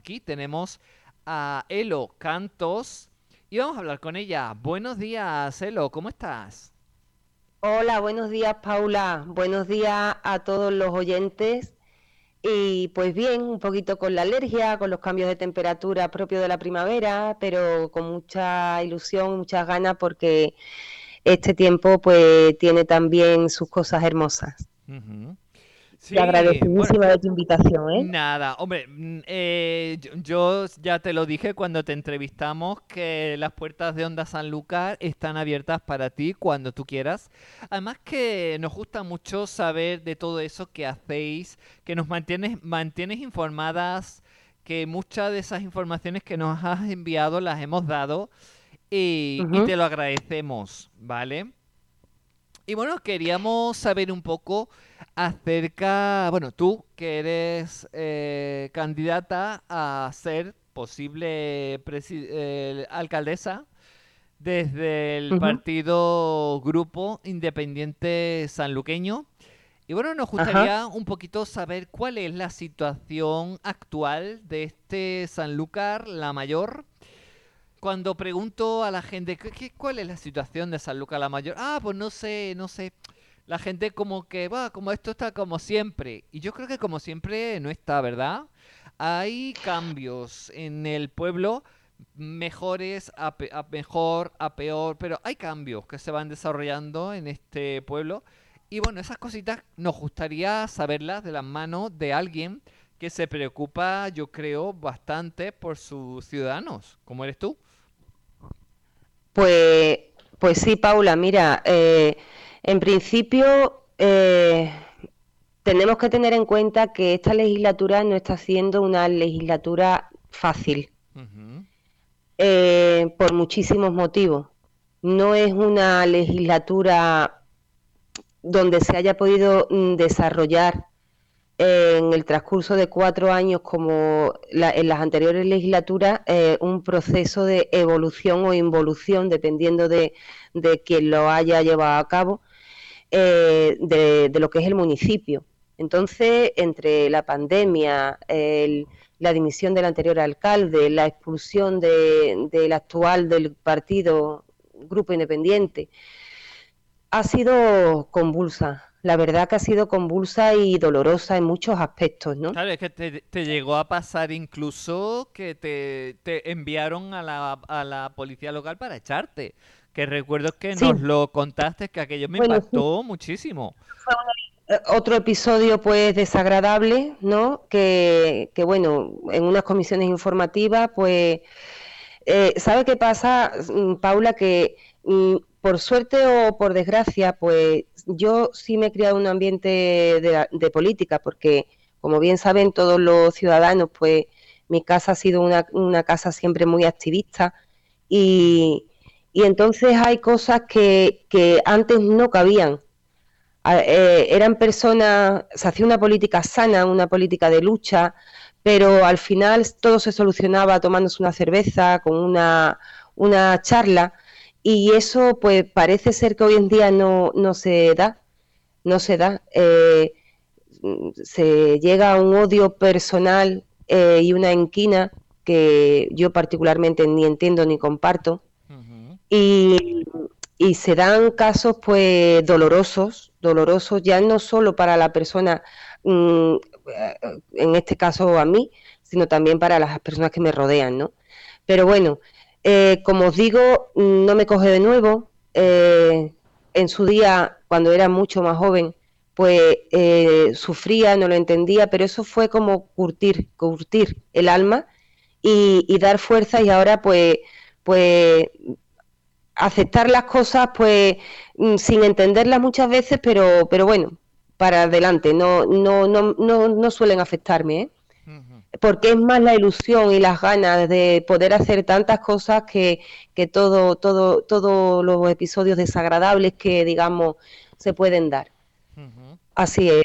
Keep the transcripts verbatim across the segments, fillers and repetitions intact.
Aquí tenemos a Elo Cantos y vamos a hablar con ella. Buenos días, Elo, ¿cómo estás? Hola, buenos días, Paula. Buenos días a todos los oyentes. Y pues bien, un poquito con la alergia, con los cambios de temperatura propios de la primavera, pero con mucha ilusión, muchas ganas, porque este tiempo pues tiene también sus cosas hermosas. Ujú. Y Sí, bueno, agradecidísima de tu invitación, ¿eh? nada, hombre, mm, eh, yo, yo ya te lo dije cuando te entrevistamos que las puertas de Onda Sanlúcar están abiertas para ti cuando tú quieras. Además que nos gusta mucho saber de todo eso que hacéis, que nos mantienes, mantienes informadas, que muchas de esas informaciones que nos has enviado las hemos dado y, y Ujú. te lo agradecemos, ¿vale? Y bueno, queríamos saber un poco acerca, bueno, tú que eres eh, candidata a ser posible presi- eh, alcaldesa desde el Ujú. partido Grupo Independiente Sanluqueño. Y bueno, nos Ajá. gustaría un poquito saber cuál es la situación actual de este Sanlúcar, la mayor. Cuando pregunto a la gente, ¿qué, qué- cuál es la situación de Sanlúcar la mayor? Ah, pues no sé, no sé. La gente como que va, como esto está como siempre. Y yo creo que como siempre no está, ¿verdad? Hay cambios en el pueblo, mejores a, pe- a mejor, a peor, pero hay cambios que se van desarrollando en este pueblo. Y bueno, esas cositas nos gustaría saberlas de las manos de alguien que se preocupa, yo creo, bastante por sus ciudadanos, como eres tú. Pues, pues sí, Paula, mira, eh, en principio eh, tenemos que tener en cuenta que esta legislatura no está siendo una legislatura fácil, Ujú. eh, por muchísimos motivos. No es una legislatura donde se haya podido mm, desarrollar eh, en el transcurso de cuatro años, como la, en las anteriores legislaturas, eh, un proceso de evolución o involución, dependiendo de, de quien lo haya llevado a cabo, eh, de, de, lo que es el municipio. Entonces, entre la pandemia, el, la dimisión del anterior alcalde, la expulsión de, del actual del partido Grupo Independiente, ha sido convulsa. La verdad que ha sido convulsa y dolorosa en muchos aspectos, ¿no? Claro, es que te, te llegó a pasar incluso que te, te enviaron a la, a la policía local para echarte. Que recuerdo que Sí, nos lo contaste, que aquello me bueno, sí, impactó muchísimo. fue una- eh, otro episodio pues desagradable, ¿no? Que, que bueno, en unas comisiones informativas, pues, eh, ¿sabe qué pasa, mm, Paula? Que mm, por suerte o por desgracia, pues yo sí me he criado en un ambiente de, de política, porque como bien saben todos los ciudadanos, pues mi casa ha sido una, una casa siempre muy activista y, y entonces hay cosas que, que antes no cabían. Eh, eran personas, se hacía una política sana, una política de lucha, pero al final todo se solucionaba tomándose una cerveza, con una, una charla, y eso pues parece ser que hoy en día no, no se da, no se da. Eh, se llega a un odio personal eh, y una enquina que yo particularmente ni entiendo ni comparto, Ujú. y, y se dan casos pues dolorosos, dolorosos ya no solo para la persona, mmm, en este caso a mí, sino también para las personas que me rodean, ¿no? Pero bueno, eh, como os digo, no me coge de nuevo. Eh, en su día, cuando era mucho más joven, pues eh, sufría, no lo entendía, pero eso fue como curtir, curtir el alma y, y dar fuerza y ahora pues, pues aceptar las cosas pues mm, sin entenderlas muchas veces, pero, pero bueno, para adelante, no, no, no, no, no suelen afectarme, ¿eh? Ujú. Porque es más la ilusión y las ganas de poder hacer tantas cosas que, que todo, todo, todos los episodios desagradables que digamos se pueden dar. Ujú. Así es.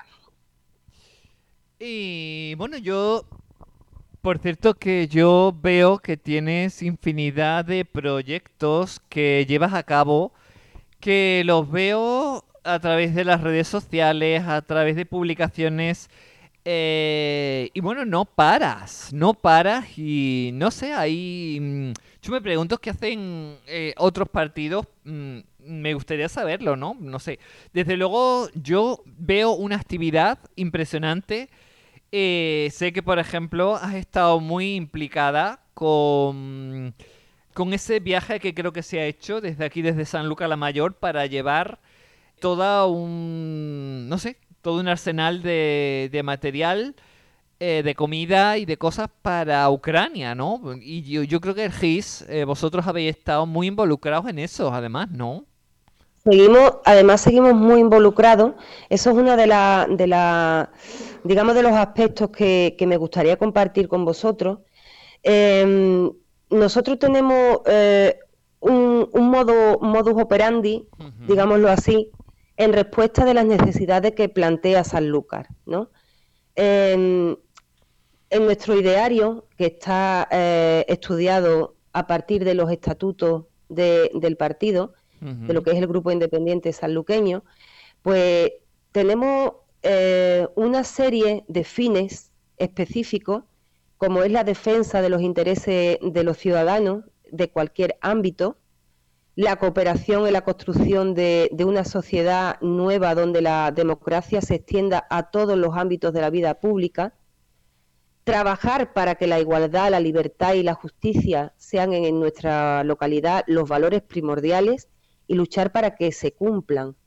Y bueno, yo, por cierto que yo veo que tienes infinidad de proyectos que llevas a cabo, que los veo a través de las redes sociales, a través de publicaciones Eh, y bueno, no paras, no paras y no sé, ahí mm, yo me pregunto qué hacen eh, otros partidos, mm, me gustaría saberlo, ¿no? No sé. Desde luego yo veo una actividad impresionante. Eh, sé que, por ejemplo, has estado muy implicada con, con ese viaje que creo que se ha hecho desde aquí, desde Sanlúcar la Mayor, para llevar toda un, no sé, todo un arsenal de, de material, eh, de comida y de cosas para Ucrania, ¿no? Y yo, yo creo que el G I S, eh, vosotros habéis estado muy involucrados en eso, además, ¿no? Seguimos, además seguimos muy involucrados. Eso es uno de la, de la, digamos, de los aspectos que, que me gustaría compartir con vosotros. Eh, nosotros tenemos eh, un, un modo, modus operandi, Ujú. digámoslo así, en respuesta de las necesidades que plantea Sanlúcar, ¿no? Eh, en nuestro ideario, que está eh, estudiado a partir de los estatutos de, del partido, de lo Ujú. que es el Grupo Independiente Sanluqueño, pues tenemos eh, una serie de fines específicos, como es la defensa de los intereses de los ciudadanos de cualquier ámbito, la cooperación en la construcción de, de una sociedad nueva donde la democracia se extienda a todos los ámbitos de la vida pública, trabajar para que la igualdad, la libertad y la justicia sean en, en nuestra localidad los valores primordiales y luchar para que se cumplan.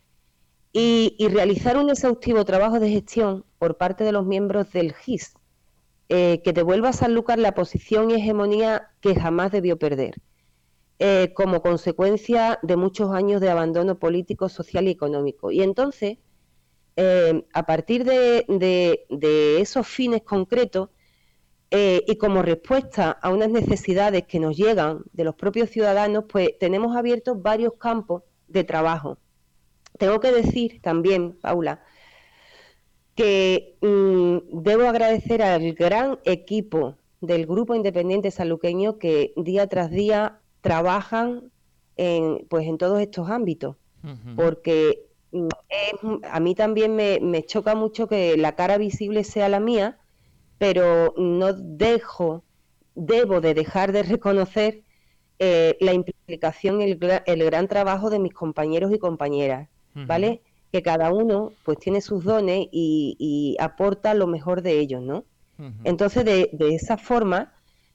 Y, y realizar un exhaustivo trabajo de gestión por parte de los miembros del G I S, eh, que devuelva a Sanlúcar la posición y hegemonía que jamás debió perder, eh, como consecuencia de muchos años de abandono político, social y económico. Y entonces, eh, a partir de, de, de esos fines concretos, eh, y como respuesta a unas necesidades que nos llegan de los propios ciudadanos, pues tenemos abiertos varios campos de trabajo. Tengo que decir también, Paula, que mmm, debo agradecer al gran equipo del Grupo Independiente Sanluqueño que día tras día trabajan en, pues en todos estos ámbitos, Ujú. porque mm, es, a mí también me, me choca mucho que la cara visible sea la mía, pero no dejo, debo de dejar de reconocer eh, la implicación, el, el gran trabajo de mis compañeros y compañeras, Ujú. ¿vale? Que cada uno pues tiene sus dones y, y aporta lo mejor de ellos, ¿no? Ujú. Entonces, de, de esa forma,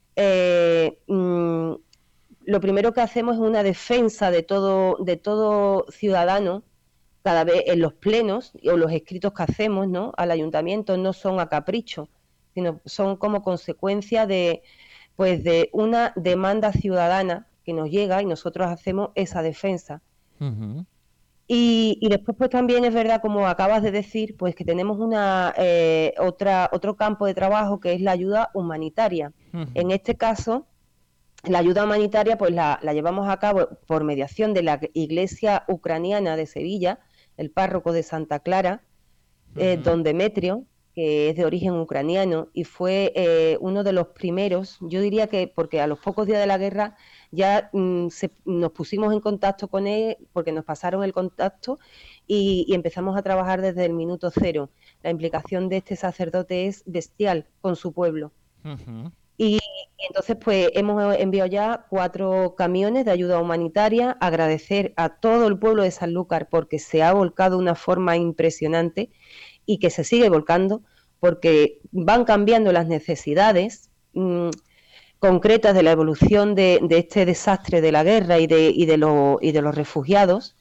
eh, mmm, lo primero que hacemos es una defensa de todo, de todo ciudadano, cada vez en los plenos o los escritos que hacemos, ¿no?, al ayuntamiento no son a capricho, sino son como consecuencia de, pues, de una demanda ciudadana que nos llega y nosotros hacemos esa defensa. Ujú. Y, y después, pues también es verdad, como acabas de decir, pues que tenemos una eh, otra otro campo de trabajo que es la ayuda humanitaria. En Ujú. este caso, la ayuda humanitaria pues la, la llevamos a cabo por mediación de la Iglesia Ucraniana de Sevilla, el párroco de Santa Clara, eh, Ujú. don Demetrio, que es de origen ucraniano y fue eh, uno de los primeros, yo diría que porque a los pocos días de la guerra ya mmm, se, nos pusimos en contacto con él porque nos pasaron el contacto y, y empezamos a trabajar desde el minuto cero. La implicación de este sacerdote es bestial con su pueblo. Ujú. Y, y entonces, pues hemos enviado ya cuatro camiones de ayuda humanitaria. Agradecer a todo el pueblo de Sanlúcar porque se ha volcado de una forma impresionante y que se sigue volcando porque van cambiando las necesidades mmm, concretas de la evolución de, de, este desastre de la guerra y de, y de, lo, y de los refugiados,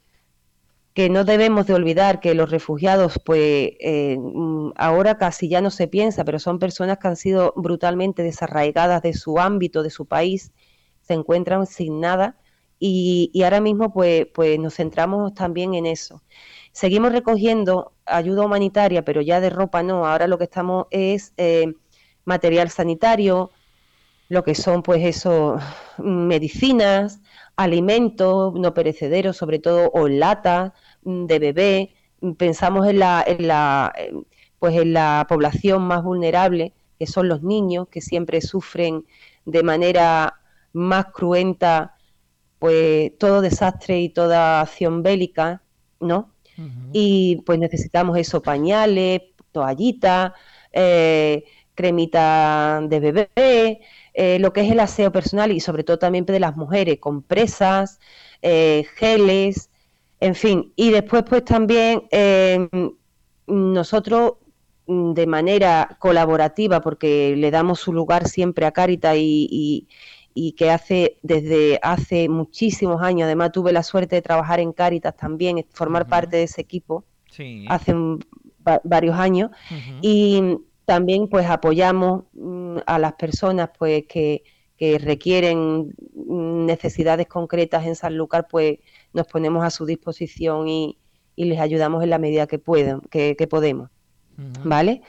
que no debemos de olvidar que los refugiados, pues eh, ahora casi ya no se piensa, pero son personas que han sido brutalmente desarraigadas de su ámbito, de su país, se encuentran sin nada y, y ahora mismo pues, pues nos centramos también en eso. Seguimos recogiendo ayuda humanitaria, pero ya de ropa no, ahora lo que estamos es eh, material sanitario, lo que son pues eso, medicinas, alimentos no perecederos, sobre todo, o lata de bebé. Pensamos en la, en la, pues en la población más vulnerable, que son los niños, que siempre sufren de manera más cruenta pues todo desastre y toda acción bélica, ¿no? Ujú. Y pues necesitamos eso, pañales, toallitas, eh, cremita de bebé, eh, lo que es el aseo personal y sobre todo también de las mujeres, compresas, eh, geles, en fin. Y después pues también eh, nosotros de manera colaborativa, porque le damos su lugar siempre a Cáritas y, y, y que hace desde hace muchísimos años, además tuve la suerte de trabajar en Cáritas también, formar uh-huh. parte de ese equipo sí. hace un, va, varios años uh-huh. y también pues apoyamos mm, a las personas pues que, que requieren necesidades concretas en Sanlúcar, pues nos ponemos a su disposición y, y les ayudamos en la medida que puedan, que, que podemos. Uh-huh. ¿Vale?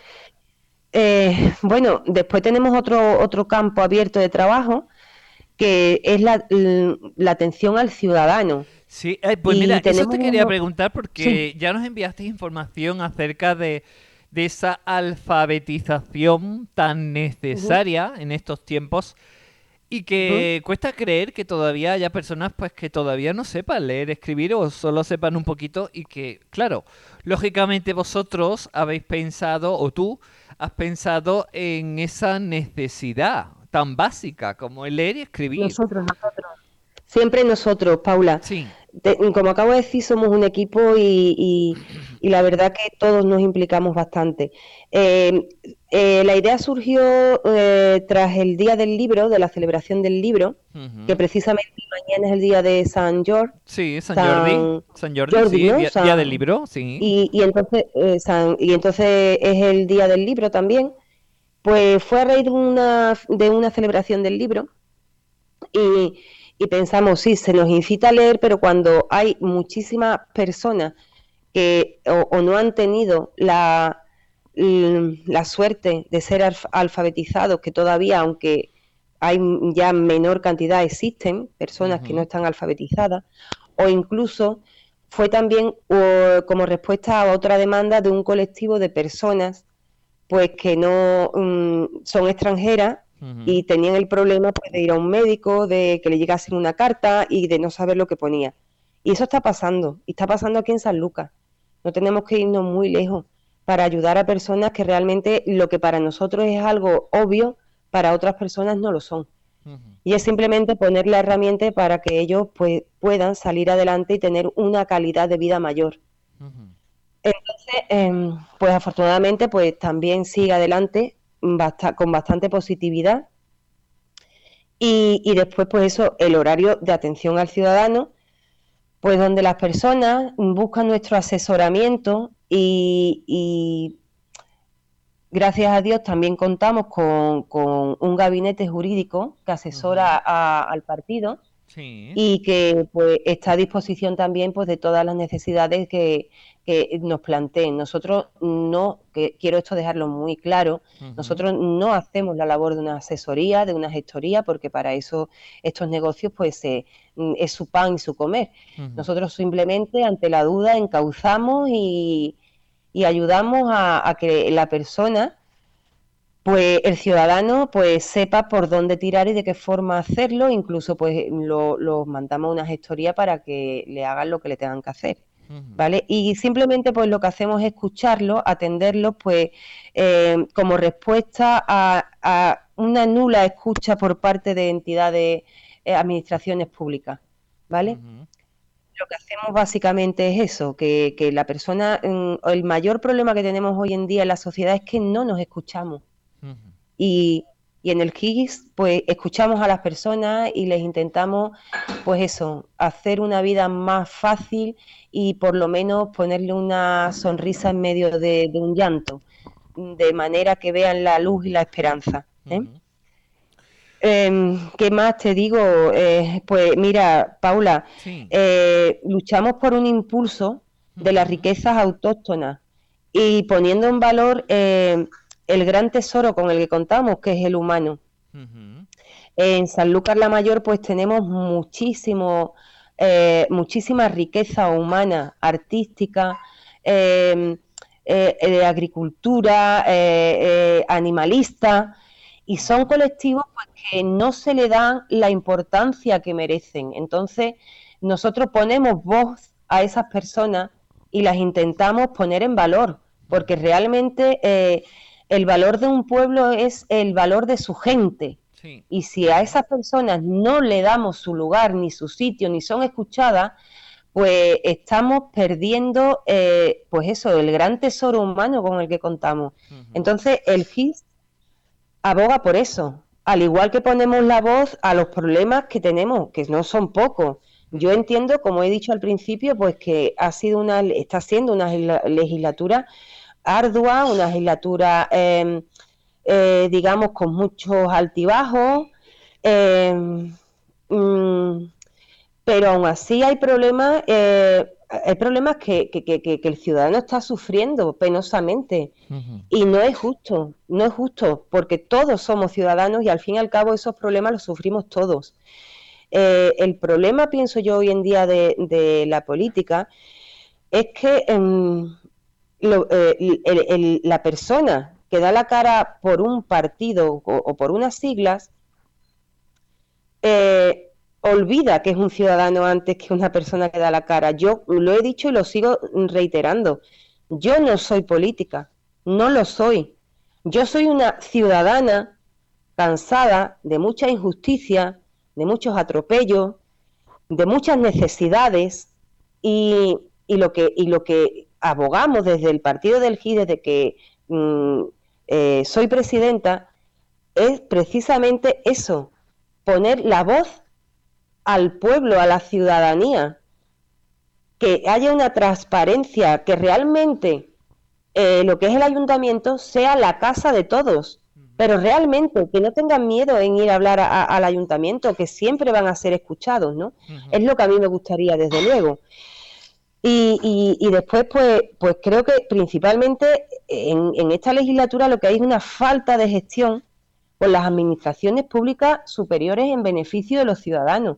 Eh, bueno, después tenemos otro, otro campo abierto de trabajo que es la, la atención al ciudadano. Sí, eh, pues y mira, eso te quería preguntar porque sí. ya nos enviaste información acerca de, de esa alfabetización tan necesaria uh-huh. en estos tiempos y que uh-huh. cuesta creer que todavía haya personas pues que todavía no sepan leer, escribir o solo sepan un poquito y que, claro, lógicamente vosotros habéis pensado, o tú has pensado en esa necesidad tan básica como el leer y escribir. Nosotros, nosotros. Siempre nosotros, Paula. Sí. De, como acabo de decir, somos un equipo y, y, y la verdad que todos nos implicamos bastante. Eh, eh, la idea surgió eh, tras el Día del Libro, de la celebración del libro, uh-huh. que precisamente mañana es el día de San George. Sí, San, San Jordi. San Jordi, Jordi sí, ¿no? día, San, día del libro, sí. Y, y, entonces, eh, San, y entonces es el Día del Libro también. Pues fue a raíz de una, de una celebración del libro y... Y pensamos, sí, se nos incita a leer, pero cuando hay muchísimas personas que o, o no han tenido la, la suerte de ser alf alfabetizados, que todavía, aunque hay ya menor cantidad, existen personas uh-huh. que no están alfabetizadas, o incluso fue también o, como respuesta a otra demanda de un colectivo de personas pues que no um, son extranjeras, uh-huh. y tenían el problema pues, de ir a un médico, de que le llegasen una carta y de no saber lo que ponía. Y eso está pasando, y está pasando aquí en Sanlúcar. No tenemos que irnos muy lejos para ayudar a personas que realmente lo que para nosotros es algo obvio, para otras personas no lo son. Uh-huh. Y es simplemente poner la herramienta para que ellos pues, puedan salir adelante y tener una calidad de vida mayor. Uh-huh. Entonces, eh, pues afortunadamente pues también sigue adelante Bast- con bastante positividad y, y después pues eso, el horario de atención al ciudadano, pues donde las personas buscan nuestro asesoramiento y, y gracias a Dios también contamos con, con un gabinete jurídico que asesora uh-huh. a, al partido sí. y que pues está a disposición también pues de todas las necesidades que que nos planteen. Nosotros no, que quiero esto dejarlo muy claro, uh-huh. nosotros no hacemos la labor de una asesoría, de una gestoría, porque para eso estos negocios pues eh, es su pan y su comer. Uh-huh. Nosotros simplemente ante la duda encauzamos y, y ayudamos a, a que la persona, pues el ciudadano pues sepa por dónde tirar y de qué forma hacerlo, incluso pues lo, lo mandamos a una gestoría para que le hagan lo que le tengan que hacer. ¿Vale? Y simplemente pues lo que hacemos es escucharlos, atenderlos pues eh, como respuesta a, a una nula escucha por parte de entidades, eh, administraciones públicas, ¿vale? Uh-huh. Lo que hacemos básicamente es eso, que, que la persona, el mayor problema que tenemos hoy en día en la sociedad es que no nos escuchamos. Uh-huh. Y Y en el K I S, pues, escuchamos a las personas y les intentamos, pues eso, hacer una vida más fácil y por lo menos ponerle una sonrisa en medio de, de un llanto, de manera que vean la luz y la esperanza, ¿eh? Uh-huh. Eh, ¿Qué más te digo? Eh, pues mira, Paula, sí. eh, luchamos por un impulso de las riquezas autóctonas y poniendo en valor... Eh, el gran tesoro con el que contamos, que es el humano. Uh-huh. En Sanlúcar la Mayor pues tenemos muchísimo, eh, muchísima riqueza humana, artística, eh, eh, eh, agricultura, eh, eh, animalista, y son colectivos pues, que no se le dan la importancia que merecen. Entonces nosotros ponemos voz a esas personas y las intentamos poner en valor, porque realmente eh, el valor de un pueblo es el valor de su gente. Sí. Y si a esas personas no le damos su lugar, ni su sitio, ni son escuchadas, pues estamos perdiendo, eh, pues eso, el gran tesoro humano con el que contamos. Ujú. Entonces, el G I S aboga por eso, al igual que ponemos la voz a los problemas que tenemos, que no son pocos. Yo entiendo, como he dicho al principio, pues que ha sido una, está siendo una legislatura ardua, una legislatura, eh, eh, digamos, con muchos altibajos, eh, mmm, pero aún así hay problemas, eh, hay problemas que, que, que, que, el ciudadano está sufriendo penosamente. Uh-huh. Y no es justo, no es justo, porque todos somos ciudadanos y al fin y al cabo esos problemas los sufrimos todos. Eh, el problema, pienso yo, hoy en día de, de la política es que eh, lo, eh, el, el, la persona que da la cara por un partido o, o por unas siglas eh, olvida que es un ciudadano antes que una persona que da la cara. Yo lo he dicho y lo sigo reiterando. Yo no soy política, no lo soy. Yo soy una ciudadana cansada de mucha injusticia, de muchos atropellos, de muchas necesidades y, y, lo, que, y lo que abogamos desde el partido del G I, desde que mmm, eh, soy presidenta, es precisamente eso, poner la voz al pueblo, a la ciudadanía, que haya una transparencia, que realmente eh, lo que es el ayuntamiento sea la casa de todos, pero realmente que no tengan miedo en ir a hablar a, a, al ayuntamiento, que siempre van a ser escuchados, ¿no? Uh-huh. Es lo que a mí me gustaría, desde luego. Y, y, y después, pues, pues creo que principalmente en, en esta legislatura lo que hay es una falta de gestión por las administraciones públicas superiores en beneficio de los ciudadanos.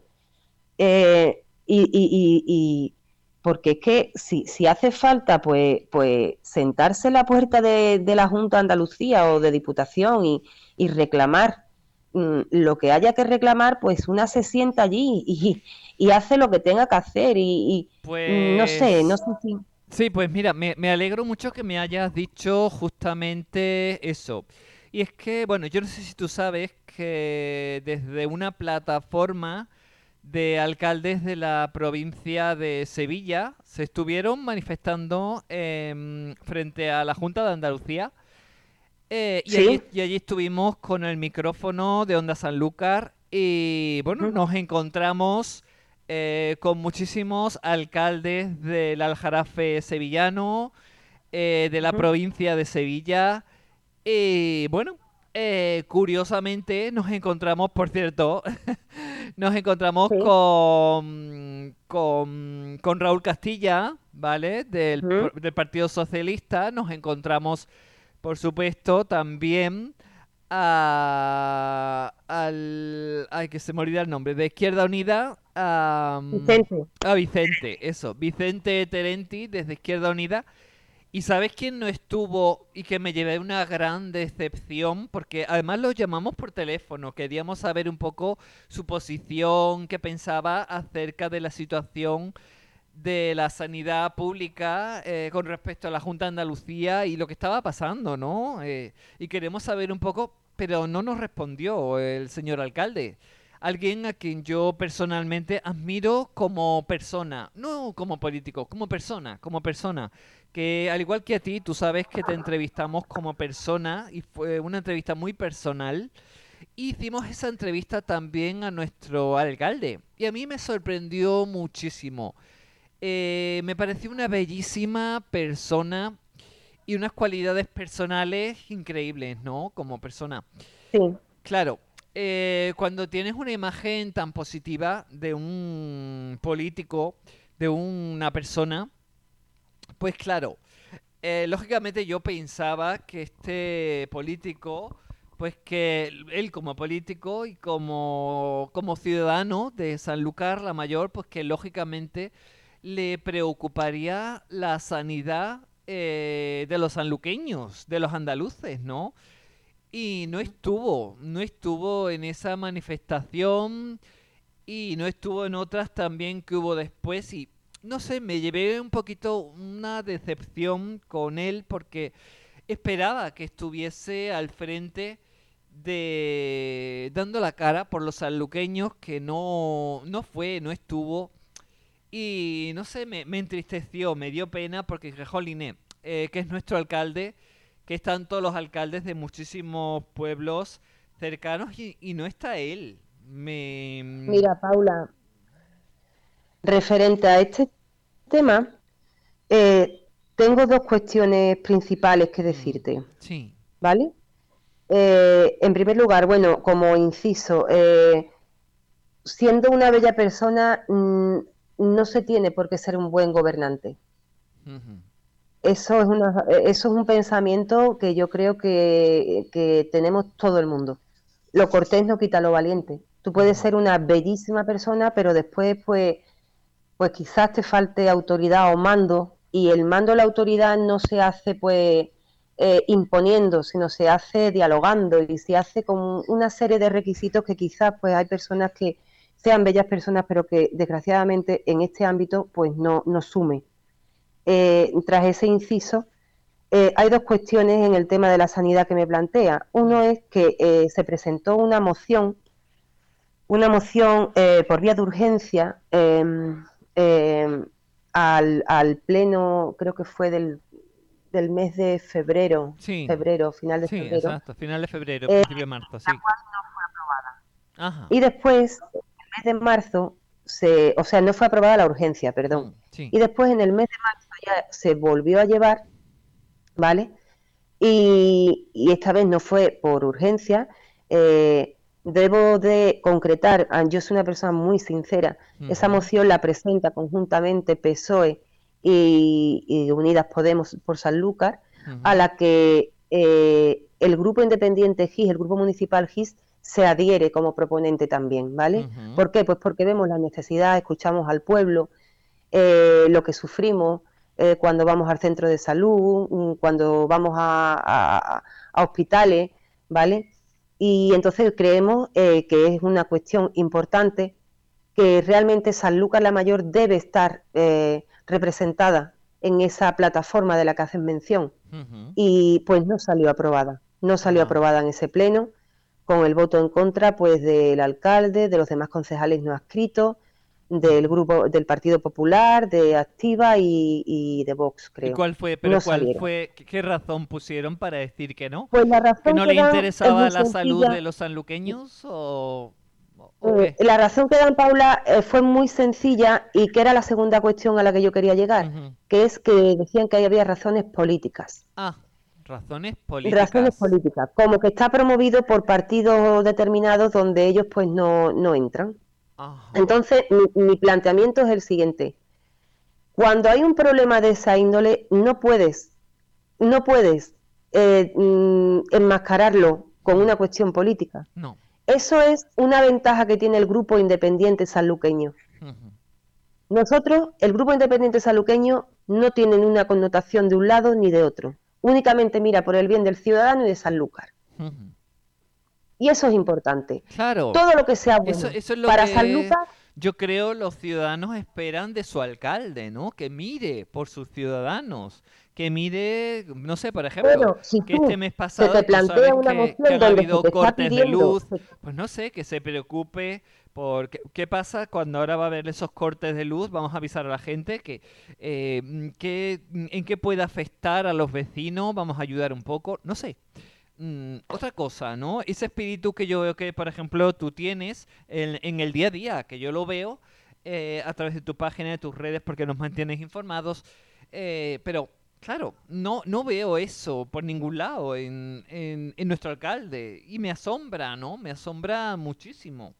Eh, y, y, y, y porque es que si, si hace falta pues, pues sentarse en la puerta de, de la Junta de Andalucía o de Diputación y, y reclamar mmm, lo que haya que reclamar, pues una se sienta allí y, y hace lo que tenga que hacer y, y pues... no sé, no sé si... Sí, pues mira, me, me alegro mucho que me hayas dicho justamente eso. Y es que, bueno, yo no sé si tú sabes que desde una plataforma de alcaldes de la provincia de Sevilla se estuvieron manifestando eh, frente a la Junta de Andalucía eh, y, ¿Sí? allí, y allí estuvimos con el micrófono de Onda Sanlúcar y bueno, uh-huh. nos encontramos eh, con muchísimos alcaldes del Aljarafe sevillano, eh, de la uh-huh. provincia de Sevilla y bueno, eh, curiosamente nos encontramos, por cierto, nos encontramos sí. con, con, con Raúl Castilla, ¿vale? Del, uh-huh. del Partido Socialista. Nos encontramos, por supuesto, también a, al... Ay, que se me olvida el nombre. De Izquierda Unida a... Vicente. A Vicente, eso. Vicente Terenti, desde Izquierda Unida. ¿Y sabes quién no estuvo y que me llevé una gran decepción? Porque además lo llamamos por teléfono, queríamos saber un poco su posición, qué pensaba acerca de la situación de la sanidad pública eh, con respecto a la Junta de Andalucía y lo que estaba pasando, ¿no? Eh, y queremos saber un poco, pero no nos respondió el señor alcalde. Alguien a quien yo personalmente admiro como persona, no como político, como persona, como persona. Que al igual que a ti, tú sabes que te entrevistamos como persona y fue una entrevista muy personal. Y hicimos esa entrevista también a nuestro alcalde. Y a mí me sorprendió muchísimo. Eh, me pareció una bellísima persona y unas cualidades personales increíbles, ¿no? Como persona. Sí. Claro. Eh, cuando tienes una imagen tan positiva de un político, de una persona, pues claro, eh, lógicamente yo pensaba que este político, pues que él como político y como, como ciudadano de Sanlúcar la Mayor, pues que lógicamente le preocuparía la sanidad eh, de los sanluqueños, de los andaluces, ¿no? Y no estuvo, no estuvo en esa manifestación y no estuvo en otras también que hubo después y, no sé, me llevé un poquito una decepción con él porque esperaba que estuviese al frente de dando la cara por los sanluqueños, que no, no fue, no estuvo. Y no sé, me, me entristeció, me dio pena porque Jolín, eh, que es nuestro alcalde, que están todos los alcaldes de muchísimos pueblos cercanos y, y no está él. Me... Mira, Paula, referente a este tema, eh, tengo dos cuestiones principales que mm, decirte, sí. ¿vale? Eh, en primer lugar, bueno, como inciso, eh, siendo una bella persona, mm, no se tiene por qué ser un buen gobernante. Ujú, Eso es una, eso es un pensamiento que yo creo que, que tenemos todo el mundo. Lo cortés no quita lo valiente. Tú puedes ujú, ser una bellísima persona, pero después, pues, pues quizás te falte autoridad o mando, y el mando o la autoridad no se hace, pues, eh, imponiendo, sino se hace dialogando y se hace con una serie de requisitos que quizás, pues, hay personas que sean bellas personas, pero que desgraciadamente en este ámbito, pues, no, no sume. Eh, tras ese inciso, eh, hay dos cuestiones en el tema de la sanidad que me plantea. Uno mm, es que eh, se presentó una moción, una moción eh, por vía de urgencia eh, eh, al, al, pleno, creo que fue del, del, mes de febrero, sí, febrero, final de sí, febrero, exacto. Final de febrero, eh, principio de marzo, la sí. cual no fue aprobada. Ajá. Y después, en el mes de marzo, se, o sea, no fue aprobada la urgencia, perdón. Mm, sí. Y después, en el mes de marzo, ya se volvió a llevar, ¿vale? Y, y esta vez no fue por urgencia. Eh, debo de concretar, ah, yo soy una persona muy sincera, esa Ujú, moción la presenta conjuntamente P S O E y, y Unidas Podemos por Sanlúcar, a ujú, la que eh, el grupo independiente G I S, el grupo municipal G I S, se adhiere como proponente también, ¿vale? ujú, ¿Por qué? Pues porque vemos la necesidad, escuchamos al pueblo, eh, lo que sufrimos eh, cuando vamos al centro de salud, mm, cuando vamos a, a, a hospitales, ¿vale? Y entonces creemos eh, que es una cuestión importante, que realmente Sanlúcar la Mayor debe estar eh, representada en esa plataforma de la que hacen mención. ujú. Y pues no salió aprobada, no salió Ah, aprobada en ese pleno, con el voto en contra pues del alcalde, de los demás concejales no adscritos, del ujú. grupo del Partido Popular, de Activa y, y de Vox, ¿Y creo. cuál fue, pero No cuál salieron. fue, qué, qué razón pusieron para decir que no? Pues la ¿Que razón no que le dan es interesaba muy la salud de sencilla. los sanluqueños o, o, o Eh, qué? la razón que dan, Paula, eh, fue muy sencilla y que era la segunda cuestión a la que yo quería llegar, Ujú. que es que decían que había razones políticas. Ah, razones Razones políticas. políticas, como que está promovido por partidos determinados donde ellos pues no, no entran. Ajá. Entonces, mi, mi planteamiento es el siguiente. Cuando hay un problema de esa índole, no puedes, no puedes eh, mm, enmascararlo con Mm, una cuestión política. no. Eso es una ventaja que tiene el grupo independiente sanluqueño. Ujú, Nosotros, el grupo independiente sanluqueño, no tiene ni una connotación de un lado ni de otro. Únicamente mira por el bien del ciudadano y de Sanlúcar. ujú. Y eso es importante. Claro, Todo lo que sea eso, bueno eso es lo para que Sanlúcar, yo creo los ciudadanos esperan de su alcalde, ¿no? Que mire por sus ciudadanos, que mire, no sé, por ejemplo, bueno, si que este tú mes se pasado te tú plantea sabes una que, que moción han donde se habido te está cortes de pidiendo, luz, se- pues no sé, que se preocupe por qué, qué pasa cuando ahora va a haber esos cortes de luz, vamos a avisar a la gente que, eh, mm, que, mm, en qué puede afectar a los vecinos, vamos a ayudar un poco, no sé. Mm, otra cosa, ¿no? Ese espíritu que yo veo que, por ejemplo, tú tienes en, en el día a día, que yo lo veo eh, a través de tu página, de tus redes, porque nos mantienes informados, eh, pero claro, no, no veo eso por ningún lado en, en, en nuestro alcalde y me asombra, ¿no? Me asombra muchísimo.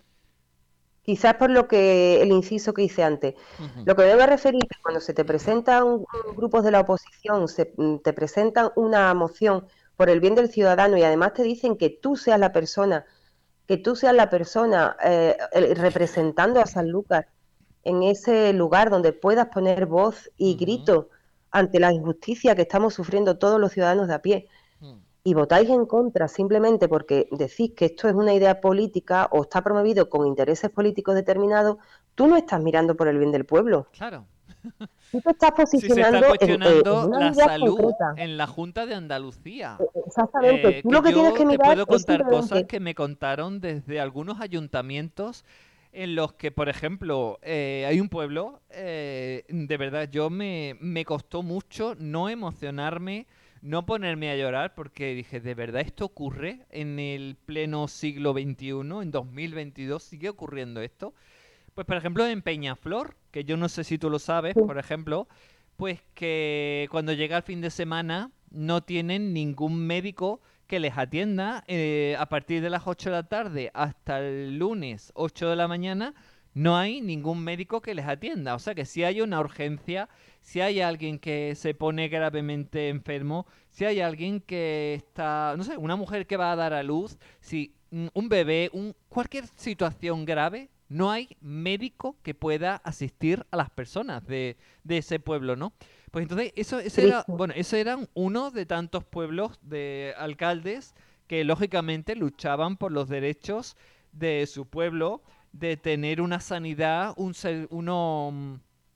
quizás por lo que el inciso que hice antes. Ujú, Lo que debo referir es cuando se te presentan un- un grupos de la oposición, se, mm, te presentan una moción por el bien del ciudadano y además te dicen que tú seas la persona, que tú seas la persona eh, el- representando a Sanlúcar en ese lugar donde puedas poner voz y ujú, grito ante la injusticia que estamos sufriendo todos los ciudadanos de a pie, ujú. y votáis en contra simplemente porque decís que esto es una idea política o está promovido con intereses políticos determinados, tú no estás mirando por el bien del pueblo. Claro. Tú te estás Si se está posicionando en, en- en cuestionando una la idea salud concreta. en la Junta de Andalucía. Exactamente. Eh, Tú que lo que tienes yo que te mirar puedo es contar cosas simplemente... que me contaron desde algunos ayuntamientos en los que, por ejemplo, eh, hay un pueblo, eh, de verdad, yo me, me costó mucho no emocionarme, no ponerme a llorar, porque dije, de verdad, esto ocurre en el pleno siglo veintiuno, en dos mil veintidós, sigue ocurriendo esto. Pues por ejemplo en Peñaflor, que yo no sé si tú lo sabes, Sí, por ejemplo, pues que cuando llega el fin de semana no tienen ningún médico que les atienda eh, a partir de las ocho de la tarde hasta el lunes ocho de la mañana, no hay ningún médico que les atienda. O sea que si hay una urgencia, si hay alguien que se pone gravemente enfermo, si hay alguien que está, no sé, una mujer que va a dar a luz, si mm, un bebé, un, cualquier situación grave, no hay médico que pueda asistir a las personas de, de ese pueblo, ¿no? Pues entonces, eso, ese era, triste. bueno, ese era uno de tantos pueblos de alcaldes que lógicamente luchaban por los derechos de su pueblo, de tener una sanidad, un ser, uno, mm,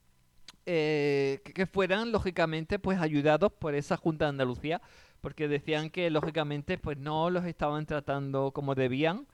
eh, que, que fueran lógicamente pues ayudados por esa Junta de Andalucía, porque decían que lógicamente pues no los estaban tratando como debían.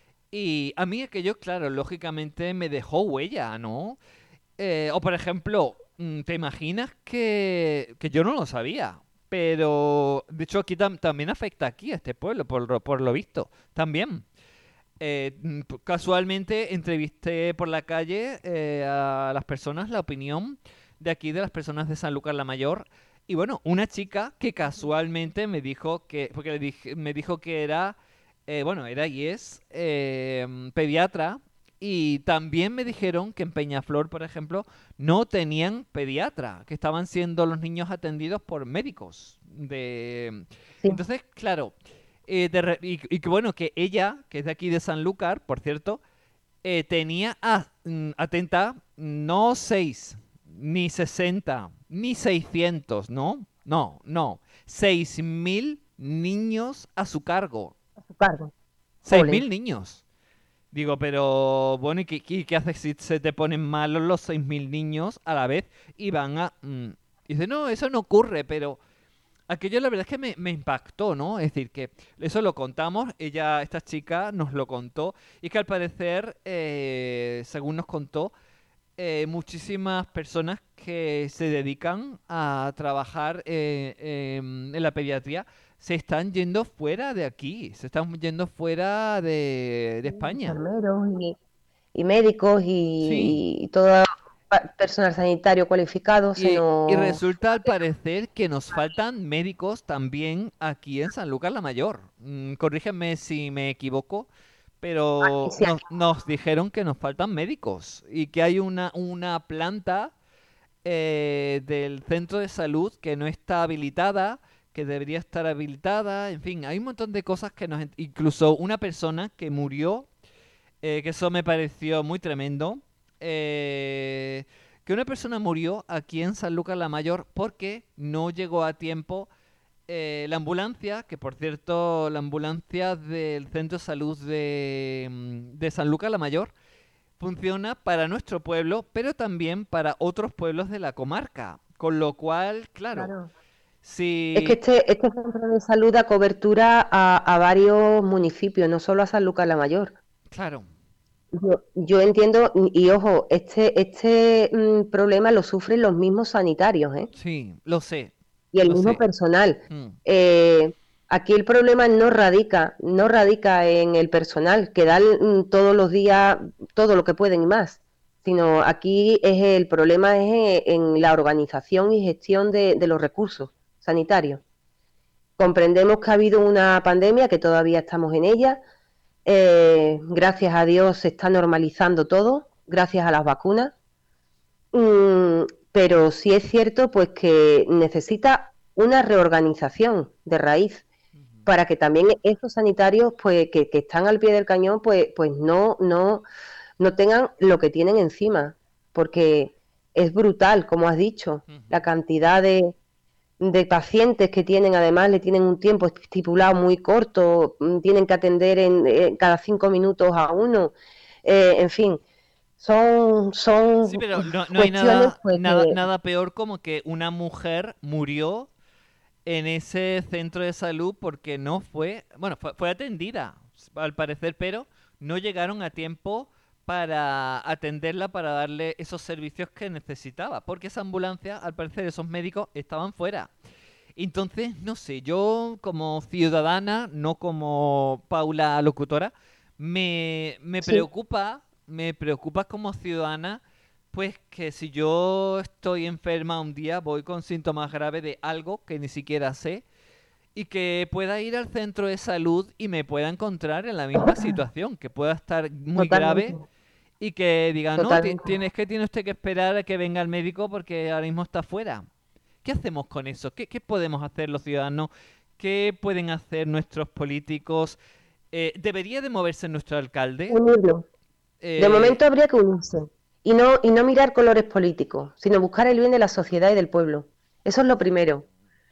Y a mí aquello, claro, lógicamente me dejó huella, ¿no? Eh, o por ejemplo, mm, ¿te imaginas que, que yo no lo sabía? Pero, de hecho, aquí tam- también afecta aquí a este pueblo, por, lo- por lo visto, también. Eh, mm, p- casualmente entrevisté por la calle eh, a las personas, la opinión de aquí, de las personas de Sanlúcar la Mayor. Y bueno, una chica que casualmente me dijo que, porque le dije- me dijo que era, eh, bueno, era y es eh, pediatra. Y también me dijeron que en Peñaflor, por ejemplo, no tenían pediatra, que estaban siendo los niños atendidos por médicos. De... Sí, Entonces, claro, eh, de re- y, y que bueno, que ella, que es de aquí de Sanlúcar, por cierto, eh, tenía, a- mm, atenta, no seis, ni sesenta, ni seiscientos, ¿no? No, no, seis mil niños a su cargo. a su cargo. Seis Ole. mil niños. Digo, pero bueno, ¿y qué, qué- qué haces si se te ponen malos los seis mil niños a la vez y van a... mm? Y dice, no, eso no ocurre, pero aquello la verdad es que me, me impactó, ¿no? Es decir, que eso lo contamos, ella, esta chica nos lo contó, y que al parecer, eh, según nos contó, eh, muchísimas personas que se dedican a trabajar eh, em, en la pediatría se están yendo fuera de aquí, se están yendo fuera de, de Sí, España. enfermeros y, y médicos Sí. y, y todo pa- personal sanitario cualificado se Y, y nos... resulta al parecer que nos faltan médicos también aquí en Sanlúcar la Mayor. Mm, corrígeme si me equivoco, Aquí pero sí, nos, aquí. nos dijeron que nos faltan médicos y que hay una, una planta eh, del centro de salud que no está habilitada, que debería estar habilitada. En fin, hay un montón de cosas que nos... ent- Incluso una persona que murió, eh, que eso me pareció muy tremendo, eh, que una persona murió aquí en San Lucas la Mayor porque no llegó a tiempo eh, la ambulancia, que por cierto la ambulancia del Centro de Salud de, mm, de San Lucas la Mayor funciona para nuestro pueblo, pero también para otros pueblos de la comarca. Con lo cual, claro, Claro. Es que si... este, este centro de salud da cobertura a, a varios municipios, no solo a San Lucas la Mayor. Claro, Yo, yo entiendo, y ojo, este, este mm, problema lo sufren los mismos sanitarios, ¿eh? sí, lo sé, Y el lo mismo sé. personal. Mm, Eh, aquí el problema no radica, no radica en el personal, que dan mm, todos los días todo lo que pueden y más, sino aquí es el problema es en, en la organización y gestión de, de los recursos sanitarios. Comprendemos que ha habido una pandemia, que todavía estamos en ella. Eh, gracias a Dios se está normalizando todo, gracias a las vacunas. Mm, pero sí es cierto pues que necesita una reorganización de raíz ujú, para que también esos sanitarios pues que, que están al pie del cañón pues, pues no, no, no tengan lo que tienen encima, porque es brutal, como has dicho, ujú. la cantidad de, de pacientes que tienen, además le tienen un tiempo estipulado muy corto, mm, tienen que atender en, eh, cada cinco minutos a uno, eh, en fin, Son, Sí, son pero no, no hay cuestiones nada, pues nada, que nada peor como que una mujer murió en ese centro de salud porque no fue, bueno, fue, fue atendida, al parecer, pero no llegaron a tiempo para atenderla, para darle esos servicios que necesitaba, porque esa ambulancia, al parecer, esos médicos estaban fuera. Entonces, no sé, yo como ciudadana, no como Paula locutora, me, me sí, preocupa, me preocupa como ciudadana, pues que si yo estoy enferma un día, voy con síntomas graves de algo que ni siquiera sé, y que pueda ir al centro de salud y me pueda encontrar en la misma situación, que pueda estar muy totalmente, grave y que diga, no, ti- totalmente. tienes que tiene usted que esperar a que venga el médico porque ahora mismo está fuera. ¿Qué hacemos con eso? ¿Qué, qué podemos hacer los ciudadanos? ¿Qué pueden hacer nuestros políticos? Eh, ¿Debería de moverse nuestro alcalde? Unirlo. De Eh, momento habría que unirse y no, y no mirar colores políticos, sino buscar el bien de la sociedad y del pueblo. Eso es lo primero.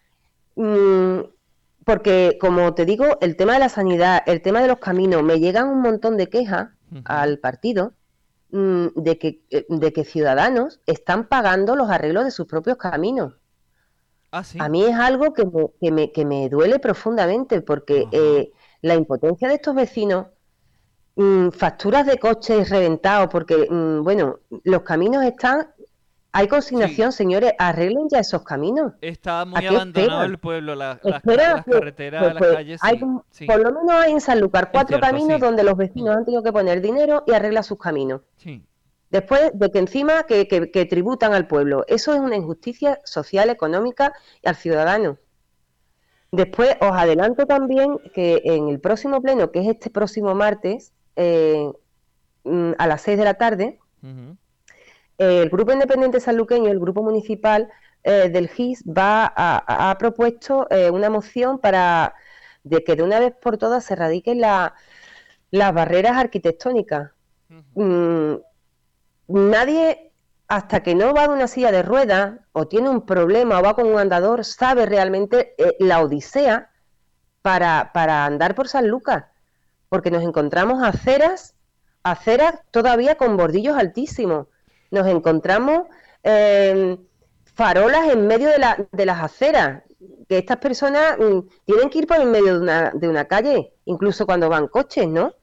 Mm, porque, como te digo, el tema de la sanidad, el tema de los caminos, me llegan un montón de quejas ujú. al partido mm, de que, eh, de que ciudadanos están pagando los arreglos de sus propios caminos. Ah, A sí. mí es algo que me, que me, que me duele profundamente porque Ajá. eh, la impotencia de estos vecinos, mm, facturas de coches reventados, porque, mm, bueno, los caminos están, hay Sí, consignación, señores, arreglen ya esos caminos. está ¿A muy qué abandonado esperan? el pueblo, la- las, ca- Espera las que, carreteras, pues, las pues calles, hay, sí, sí. por lo menos hay en Sanlúcar Es cuatro cierto, caminos sí. donde los Mm, vecinos han tenido que poner dinero y arreglar sus caminos. sí. Después de que encima que, que, que tributan al pueblo. Eso es una injusticia social, económica y al ciudadano. Después os adelanto también que en el próximo pleno, que es este próximo martes, eh, mm, a las seis de la tarde, Ujú. eh, el Grupo Independiente Sanluqueño, el Grupo Municipal eh, del G I S, va a, a- ha propuesto eh, una moción para de que de una vez por todas se erradiquen la- las barreras arquitectónicas. Ujú. Mm, nadie, hasta que no va de una silla de ruedas o tiene un problema o va con un andador, sabe realmente eh, la odisea para, para andar por San Lucas, porque nos encontramos aceras, aceras todavía con bordillos altísimos. Nos encontramos eh, farolas en medio de, la, de, las aceras, que estas personas mm, tienen que ir por en medio de una, de una calle, incluso cuando van coches, ¿no?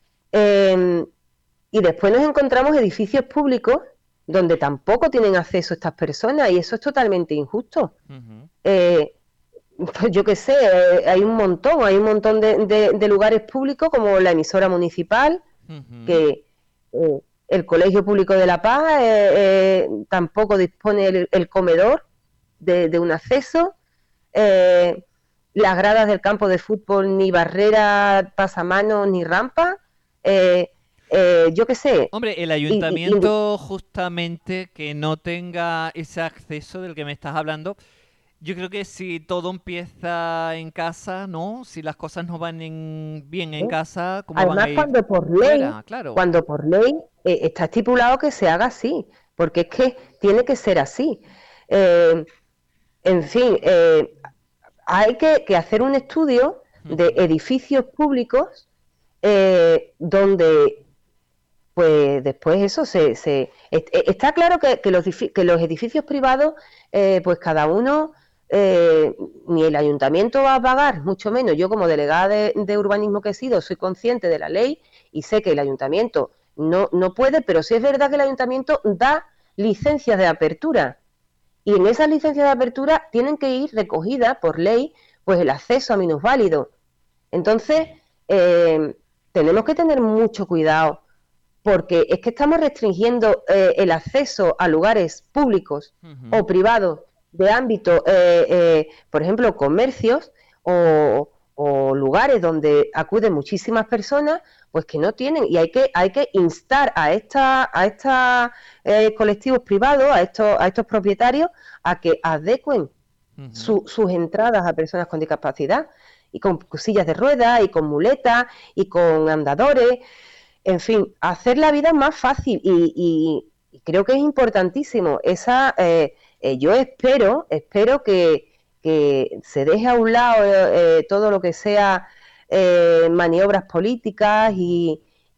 Eh, y después nos encontramos edificios públicos donde tampoco tienen acceso estas personas y eso es totalmente injusto. Ujú. Eh, pues yo qué sé, eh, hay un montón, hay un montón de, de, de lugares públicos como la emisora municipal, Ujú. que eh, el Colegio Público de La Paz eh, eh, tampoco dispone el, el comedor de, de, un acceso, eh, las gradas del campo de fútbol, ni barrera, pasamanos, ni rampa, eh, eh, yo qué sé, Hombre, el y, y, y, ayuntamiento justamente que no tenga ese acceso del que me estás hablando, yo creo que si todo empieza en casa, ¿no? Si las cosas no van en- bien en ¿eh? casa, ¿cómo van a Además, ir cuando por ley, fuera? Claro. cuando por ley eh, está estipulado que se haga así, porque es que tiene que ser así. Eh, en fin, eh, hay que, que, hacer un estudio de Ujú. edificios públicos eh, donde, pues después eso se... se est está claro que, que, los, que, los, edificios privados, eh, pues cada uno, eh, ni el ayuntamiento va a pagar, mucho menos. Yo como delegada de, de urbanismo que he sido, soy consciente de la ley y sé que el ayuntamiento no, no puede, pero sí es verdad que el ayuntamiento da licencias de apertura. Y en esas licencias de apertura tienen que ir recogidas por ley pues el acceso a minusválidos. Entonces, eh, tenemos que tener mucho cuidado porque es que estamos restringiendo eh, el acceso a lugares públicos Ujú. o privados de ámbito, eh, eh, por ejemplo, comercios o, o, lugares donde acuden muchísimas personas, pues que no tienen, y hay que, hay que instar a esta, a estos eh, colectivos privados, a estos, a estos propietarios, a que adecuen Ujú. su, sus entradas a personas con discapacidad, y con sillas de ruedas, y con muletas, y con andadores, en fin, hacer la vida más fácil y, y, y creo que es importantísimo. Esa, eh, eh, yo espero, espero que, que, se deje a un lado eh, todo lo que sea eh, maniobras políticas y,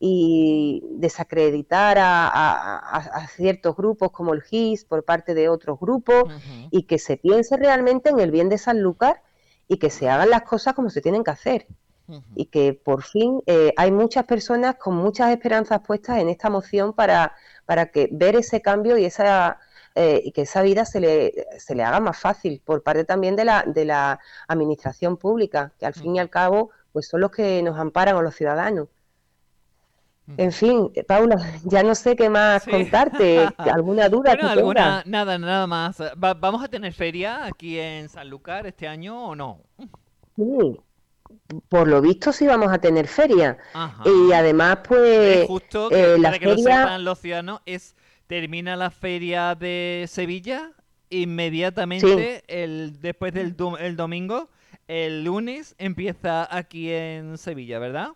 y desacreditar a, a, a, ciertos grupos como el G I S por parte de otros grupos, uh-huh. y que se piense realmente en el bien de Sanlúcar y que se hagan las cosas como se tienen que hacer. Uh-huh. Y que por fin eh, hay muchas personas con muchas esperanzas puestas en esta moción para, para que ver ese cambio y esa eh, y que esa vida se le, se le haga más fácil por parte también de la, de la administración pública, que al uh-huh. fin y al cabo pues son los que nos amparan a los ciudadanos. En fin, Paula, ya no sé qué más sí. contarte. ¿Alguna duda? Bueno, alguna, nada, nada más. Va, ¿Vamos a tener feria aquí en Sanlúcar este año o no? Sí, por lo visto sí vamos a tener feria. Ajá. Y además, pues, es justo que, eh, la para que feria... lo sepan los ciudadanos, es termina la feria de Sevilla inmediatamente, sí. el después del do, el domingo, el lunes empieza aquí en Sevilla, ¿verdad?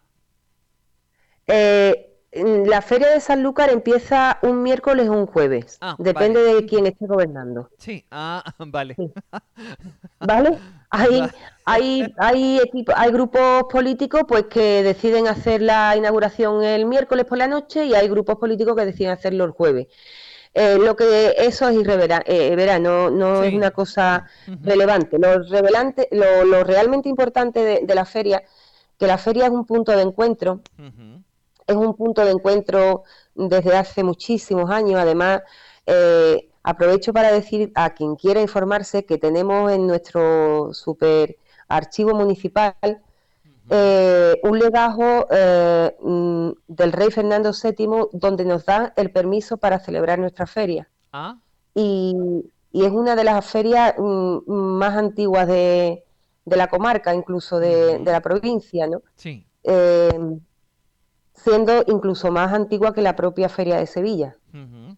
Eh, la feria de Sanlúcar empieza un miércoles o un jueves. Ah, Depende vale. de quién esté gobernando. Sí, ah, vale. Sí. ¿Vale? Hay, hay, hay, equipo, hay grupos políticos pues que deciden hacer la inauguración el miércoles por la noche y hay grupos políticos que deciden hacerlo el jueves. Eh, lo que eso es irreverano, eh, no, no sí. es una cosa uh-huh. relevante. Lo, relevante lo, lo realmente importante de, de la feria, que la feria es un punto de encuentro. Uh-huh. Es un punto de encuentro desde hace muchísimos años. Además, eh, aprovecho para decir a quien quiera informarse que tenemos en nuestro super archivo municipal uh-huh. eh, un legajo eh, del rey Fernando séptimo donde nos da el permiso para celebrar nuestra feria. ¿Ah? Y, y es una de las ferias mm, más antiguas de, de la comarca, incluso de, uh-huh. de la provincia, ¿no? Sí. Eh, siendo incluso más antigua que la propia Feria de Sevilla. Uh-huh.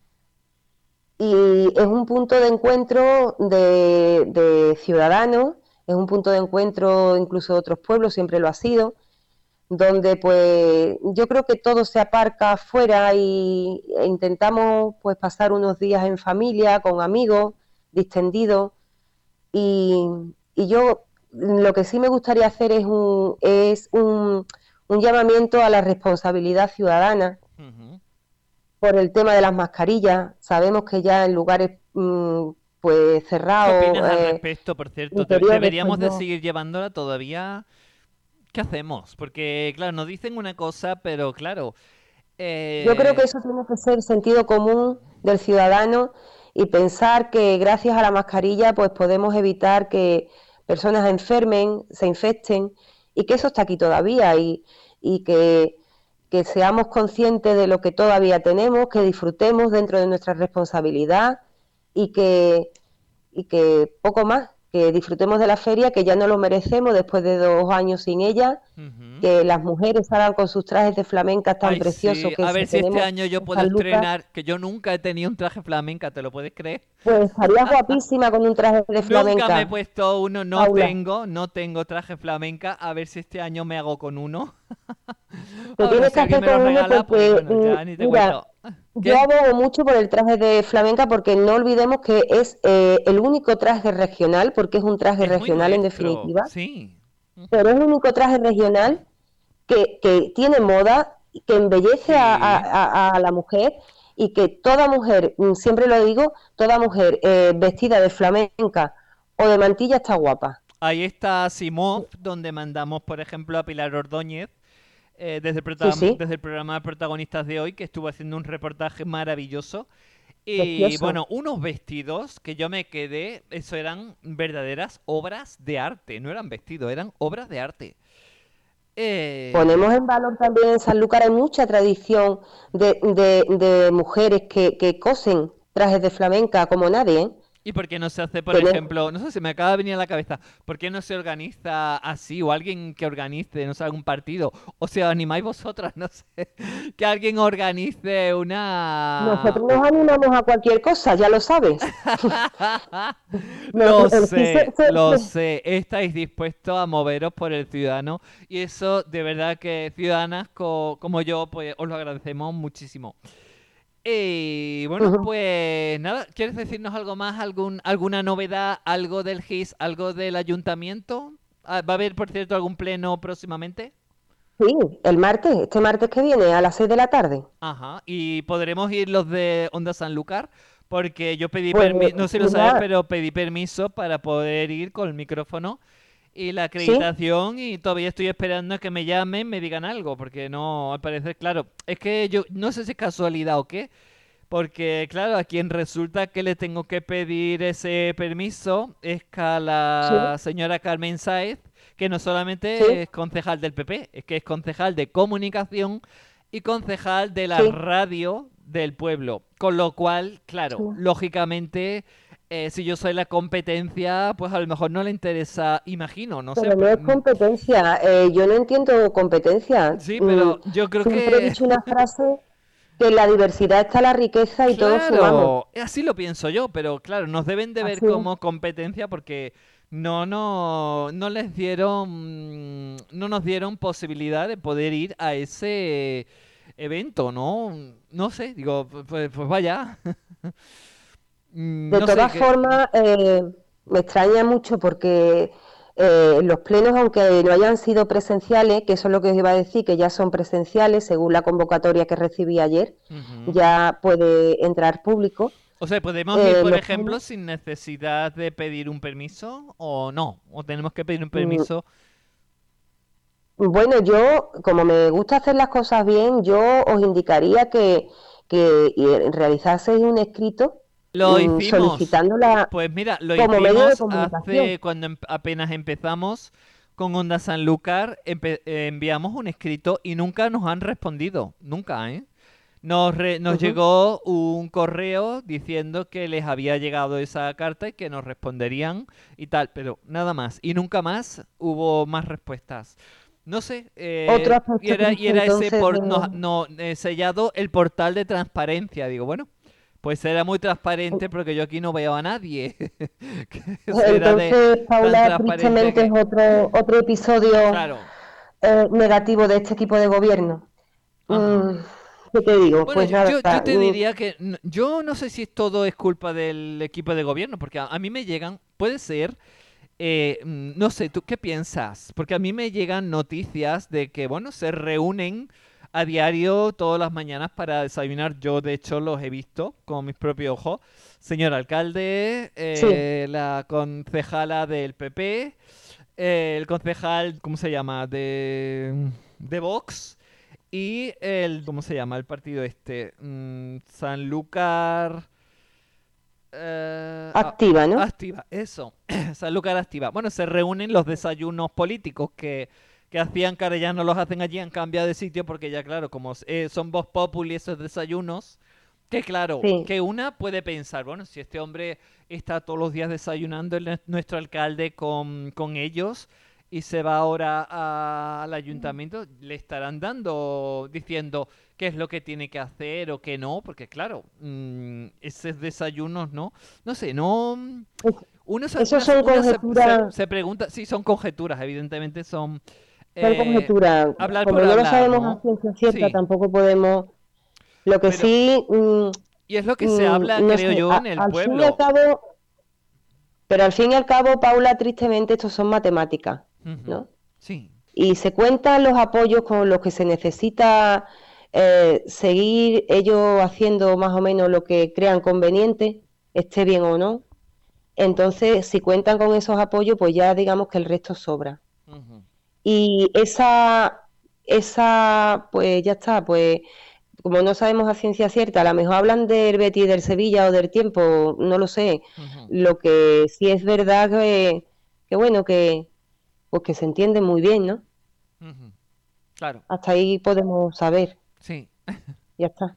Y es un punto de encuentro de, de ciudadanos, es un punto de encuentro incluso de otros pueblos, siempre lo ha sido, donde pues yo creo que todo se aparca afuera y e intentamos pues pasar unos días en familia, con amigos, distendidos, y, y yo lo que sí me gustaría hacer es un... Es un un llamamiento a la responsabilidad ciudadana uh-huh. por el tema de las mascarillas. Sabemos que ya en lugares mmm, pues cerrados... ¿Qué opinas eh, al respecto, por cierto? ¿Deberíamos de seguir llevándola todavía? ¿Qué hacemos? Porque, claro, nos dicen una cosa, pero claro... Eh... Yo creo que eso tiene que ser sentido común del ciudadano y pensar que gracias a la mascarilla pues podemos evitar que personas enfermen, se infecten, y que eso está aquí todavía y, y que, que seamos conscientes de lo que todavía tenemos, que disfrutemos dentro de nuestra responsabilidad y que, y que poco más, que disfrutemos de la feria, que ya no lo merecemos después de dos años sin ella, uh-huh. que las mujeres salgan con sus trajes de flamenca tan Ay, preciosos. Sí. Que a ver si este año yo puedo estrenar, que yo nunca he tenido un traje flamenca, ¿te lo puedes creer? Pues estarías guapísima con un traje de flamenca. Nunca me he puesto uno, no Paula. tengo, no tengo traje flamenca, a ver si este año me hago con uno. Te tienes que hacer con uno porque, pues, bueno, ya, ni te mira, yo abogo mucho por el traje de flamenca porque no olvidemos que es eh, el único traje regional, porque es un traje es regional en nuestro, definitiva, sí. pero es el único traje regional que, que tiene moda, que embellece sí. a, a, a la mujer y que toda mujer, siempre lo digo, toda mujer eh, vestida de flamenca o de mantilla está guapa. Ahí está Simov, donde mandamos, por ejemplo, a Pilar Ordóñez, eh, desde, el prota- sí, sí. desde el programa de Protagonistas de hoy, que estuvo haciendo un reportaje maravilloso. Y Precioso. bueno, unos vestidos que yo me quedé, eso eran verdaderas obras de arte, no eran vestidos, eran obras de arte. Eh... Ponemos en valor también en Sanlúcar, hay mucha tradición de, de, de mujeres que, que cosen trajes de flamenca como nadie, ¿eh? ¿Y por qué no se hace, por Tenés... ejemplo, no sé, se me acaba de venir a la cabeza, ¿por qué no se organiza así o alguien que organice, no sé, algún partido? O sea, animáis vosotras, no sé, que alguien organice una... Nosotros nos animamos a cualquier cosa, ya lo sabes. Lo sé, lo sé, estáis dispuestos a moveros por el ciudadano y eso de verdad que ciudadanas co- como yo, pues os lo agradecemos muchísimo. Y bueno, uh-huh. pues nada, ¿quieres decirnos algo más? algún ¿Alguna novedad? ¿Algo del G I S? ¿Algo del ayuntamiento? ¿Va a haber, por cierto, algún pleno próximamente? Sí, el martes, este martes que viene a las seis de la tarde. Ajá, y podremos ir los de Onda Sanlúcar, porque yo pedí Pues permiso, no sé si lo sabes, mira, pero pedí permiso para poder ir con el micrófono y la sí, acreditación y todavía estoy esperando a que me llamen, me digan algo, porque no, al parecer, claro, es que yo no sé si es casualidad o qué, porque claro, a quien resulta que le tengo que pedir ese permiso es que a sí, la señora Carmen Sáez, que no solamente sí, es concejal del P P, es que es concejal de comunicación y concejal de la sí, radio del pueblo. Con lo cual, sí. claro, lógicamente, eh, si yo soy la competencia, pues a lo mejor no le interesa, imagino, no sé. Pero no Pero, es mm, competencia, eh, yo no entiendo competencia. sí, Mm, pero yo creo siempre he que dicho una frase que en la diversidad está la riqueza y todos sumamos. claro, así lo pienso yo, pero claro, nos deben de ver Así es. como competencia porque no, no, no les dieron, mm, no nos dieron posibilidad de poder ir a ese evento, ¿no? No sé, digo, pu- pues, pues vaya, Mm, De no sé todas qué. formas, eh, me extraña mucho porque eh, los plenos, aunque no hayan sido presenciales, que eso es lo que os iba a decir, que ya son presenciales, según la convocatoria que recibí ayer, Ujú. ya puede entrar público. O sea, podemos ir, Eh, por los ejemplo, plenos, sin necesidad de pedir un permiso o no, o tenemos que pedir un mm, permiso. bueno, yo, como me gusta hacer las cosas bien, yo os indicaría que, que y- realizaseis un escrito Lo mm, hicimos. solicitándola Pues mira, lo como medio de hicimos comunicación. hace cuando em- apenas empezamos con Onda Sanlúcar, empe- eh, enviamos un escrito y nunca nos han respondido, nunca, ¿eh? Nos, re- nos Ujú. llegó un correo diciendo que les había llegado esa carta y que nos responderían y tal, pero nada más. Y nunca más hubo más respuestas. No sé, Otro eh, y aspecto era, y triste era ese entonces por, no, de, no, eh, sellado el portal de transparencia. Digo, bueno, pues era muy transparente porque yo aquí no veo a nadie. Que será de entonces, tan Paula, transparente tristemente es que, otro, otro episodio claro, eh, negativo de este equipo de gobierno. ajá. Mm, ¿qué te digo? Bueno, Pues yo, nada, yo, yo te mm, diría que n- yo no sé si todo es culpa del equipo de gobierno, porque a, a mí me llegan, puede ser, eh, mm, no sé, ¿tú qué piensas? Porque a mí me llegan noticias de que, bueno, se reúnen a diario todas las mañanas para desayunar. Yo, de hecho, los he visto con mis propios ojos. Señor alcalde, sí, eh, la concejala del P P, eh, el concejal, ¿cómo se llama? De, de Vox. Y el, ¿cómo se llama el partido este? Mm, Sanlúcar... eh, ah, activa, ¿no? Activa, eso. Sanlúcar Activa. Bueno, se reúnen los desayunos políticos que, que hacían que ahora ya no los hacen allí, han cambiado de sitio porque ya, claro, como eh, son Vox Populi esos desayunos, que claro, Sí. que una puede pensar, bueno, si este hombre está todos los días desayunando, el- nuestro alcalde con, con ellos y se va ahora a- al ayuntamiento, le estarán dando, diciendo qué es lo que tiene que hacer o qué no, porque claro, mm, esos desayunos, ¿no? No sé, no... mm, Es- Uno, se, Eso una, se- son una se, se- conjeturas, se pregunta, sí, son conjeturas, evidentemente son son eh, conjeturas. hablar por Como no lo hablar, sabemos a ¿no? ciencia cierta, Sí, tampoco podemos. Lo que pero... sí, mm, Y es lo que se mm, habla, no creo sé, yo, en a- el al fin y al pueblo. cabo, pero al fin y al cabo, Paula, tristemente, estos son matemáticas, Ujú, ¿no? sí. Y se cuentan los apoyos con los que se necesita eh, seguir ellos haciendo más o menos lo que crean conveniente, esté bien o no. Entonces, si cuentan con esos apoyos, pues ya digamos que el resto sobra. Ujú, Y esa, esa, pues ya está, pues como no sabemos a ciencia cierta, a lo mejor hablan del Betis, del Sevilla o del Tiempo, no lo sé. ujú, Lo que sí es verdad que, que bueno, que pues que se entiende muy bien, ¿no? ujú. Claro, Hasta ahí podemos saber, sí. ya está.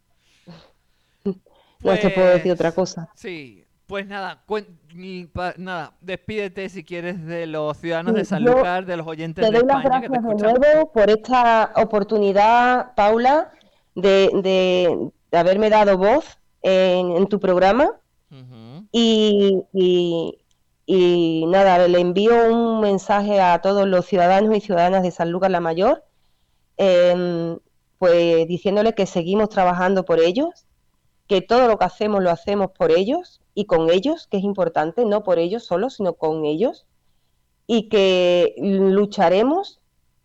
No te puedo decir otra Pues cosa. sí, pues nada, cuen- y pa- nada, despídete si quieres de los ciudadanos de Sí, yo Sanlúcar, de los oyentes te de doy las España que te gracias de escuchan. nuevo por esta oportunidad, Paula, de, de- de haberme dado voz en, en tu programa. Ujú, Y, y- y nada, le envío un mensaje a todos los ciudadanos y ciudadanas de Sanlúcar la Mayor, em, pues diciéndole que seguimos trabajando por ellos, que todo lo que hacemos lo hacemos por ellos y con ellos, que es importante, no por ellos solos, sino con ellos, y que lucharemos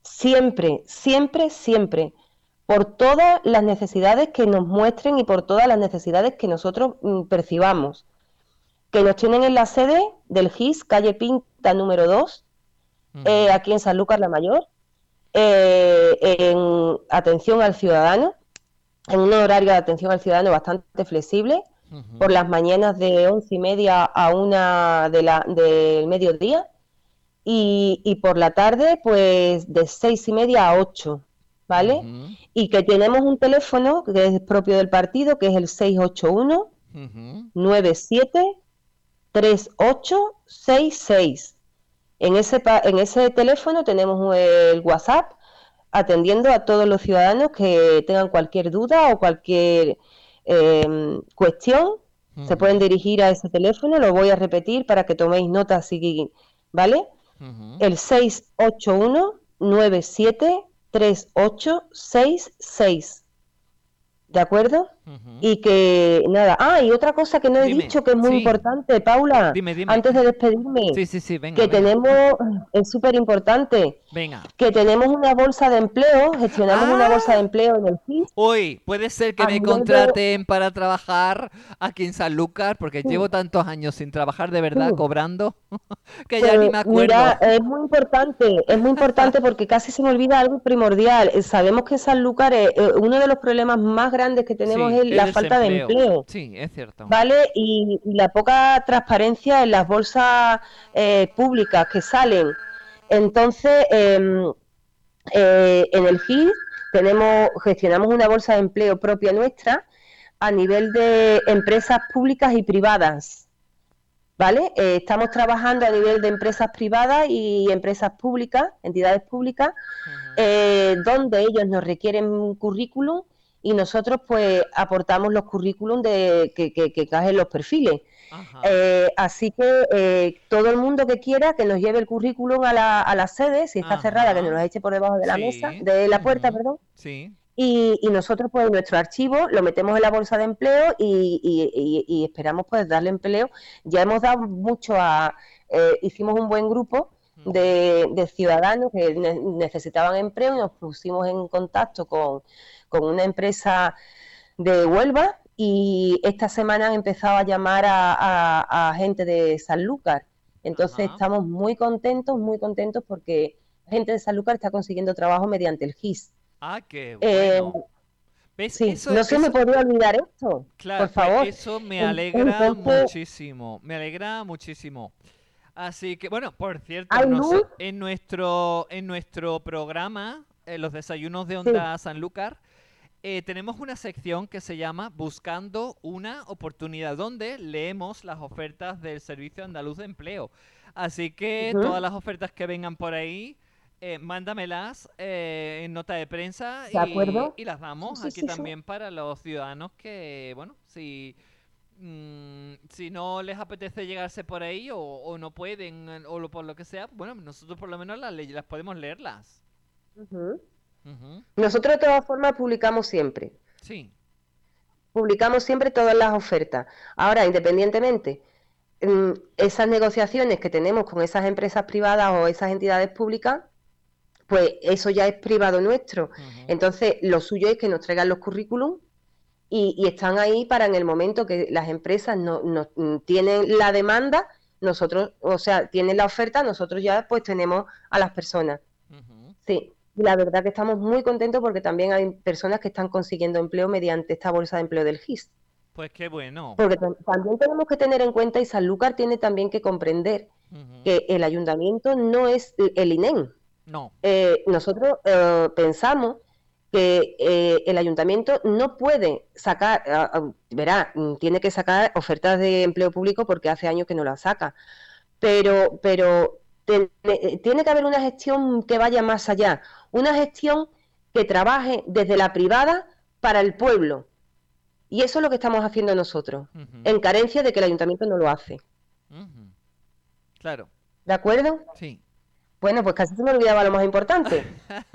siempre, siempre, siempre, por todas las necesidades que nos muestren y por todas las necesidades que nosotros mm, percibamos, que nos tienen en la sede del G I S, calle Pinta número dos, eh, Ujú, aquí en Sanlúcar la Mayor, eh, en atención al ciudadano, en un horario de atención al ciudadano bastante flexible, por ujú, las mañanas de once y media a una de la, del mediodía, y, y por la tarde, pues de seis y media a ocho, ¿vale? ujú, Y que tenemos un teléfono que es propio del partido, que es el seis ocho uno ujú. nueve siete tres ocho seis seis. En ese, en ese teléfono tenemos el WhatsApp atendiendo a todos los ciudadanos que tengan cualquier duda o cualquier eh, cuestión. Se pueden Ujú, dirigir a ese teléfono, lo voy a repetir para que toméis nota, así, ¿vale? ujú, El seis ocho uno nueve siete tres ocho seis seis. ¿De acuerdo? ujú. Y que nada, ah, y otra cosa que no he Dime, dicho que es muy sí, importante, Paula, dime, dime. antes de despedirme, Sí, sí, sí, venga, que venga. tenemos, es súper importante, Venga. que tenemos una bolsa de empleo, gestionamos una bolsa de ¡Ah! empleo en el G I S Uy, puede ser que a me nivel de... contraten para trabajar aquí en Sanlúcar, porque Sí, llevo tantos años sin trabajar de sí. verdad, cobrando, que ya ni Pues me mira, acuerdo. es muy importante, es muy importante porque casi se me olvida algo primordial. Eh, Sabemos que en Sanlúcar eh, eh, uno de los problemas más grandes que tenemos Sí, es el la falta de desempleo. empleo. Sí, es cierto. ¿Vale? Y, y la poca transparencia en las bolsas eh, públicas que salen. Entonces, eh, eh, en el G I S tenemos, gestionamos una bolsa de empleo propia nuestra a nivel de empresas públicas y privadas. ¿Vale? Eh, estamos trabajando a nivel de empresas privadas y empresas públicas, entidades públicas, Ujú. eh, donde ellos nos requieren un currículum y nosotros pues aportamos los currículums de, que, que, que cajen los perfiles. Ajá, Eh, así que eh, todo el mundo que quiera que nos lleve el currículum a la, a la sede, si está cerrada, que nos ajá. lo eche por debajo de la mesa, Sí. de la puerta, Ujú, perdón, sí. y, y nosotros pues nuestro archivo lo metemos en la bolsa de empleo y, y, y, y esperamos pues darle empleo. Ya hemos dado mucho a, eh, hicimos un buen grupo Ujú, de, de ciudadanos que ne necesitaban empleo y nos pusimos en contacto con, con una empresa de Huelva y esta semana han empezado a llamar a, a, a gente de Sanlúcar. Entonces ajá. estamos muy contentos, muy contentos porque gente de Sanlúcar está consiguiendo trabajo mediante el G I S. Ah, qué Eh, bueno. ¿Ves? sí, Eso, no se me eso, podía olvidar esto, por claro, pues favor. eso me alegra Entonces, muchísimo. Me alegra muchísimo. Así que, bueno, por cierto, ¿hay no luz? sé, en nuestro, en nuestro programa, en los desayunos de Sí. Onda Sanlúcar, eh, tenemos una sección que se llama Buscando una oportunidad, donde leemos las ofertas del Servicio Andaluz de Empleo. Así que todas Ujú. las ofertas que vengan por ahí, eh, mándamelas eh, en nota de prensa ¿De y, acuerdo? y las Sí, damos sí, aquí sí, sí. también para los ciudadanos que, bueno, si mm, si no les apetece llegarse por ahí o, o no pueden eh, o lo, por lo que sea, bueno, nosotros por lo menos las, le- las podemos leerlas. Ujú. Ujú. Nosotros de todas formas publicamos siempre. Sí. Publicamos siempre todas las ofertas. Ahora, independientemente, mm, esas negociaciones que tenemos con esas empresas privadas o esas entidades públicas, pues eso ya es privado nuestro. Ujú, Entonces, lo suyo es que nos traigan los currículums y, y están ahí para en el momento que las empresas no, no, mm, tienen la demanda, nosotros, o sea, tienen la oferta, nosotros ya pues tenemos a las personas. ujú. Sí, y la verdad que estamos muy contentos porque también hay personas que están consiguiendo empleo mediante esta bolsa de empleo del G I S. Pues qué bueno. Porque tam- también tenemos que tener en cuenta, y Sanlúcar tiene también que comprender Ujú. que el ayuntamiento no es el INEM. No. Eh, nosotros eh, pensamos que eh, el ayuntamiento no puede sacar, ah, ah, verá, mm, tiene que sacar ofertas de empleo público porque hace años que no las saca, pero, pero te- eh, tiene que haber una gestión que vaya más allá, una gestión que trabaje desde la privada para el pueblo. Y eso es lo que estamos haciendo nosotros, Ujú, en carencia de que el ayuntamiento no lo hace. ujú. Claro. ¿De acuerdo? Sí. Bueno, pues casi se me olvidaba lo más importante.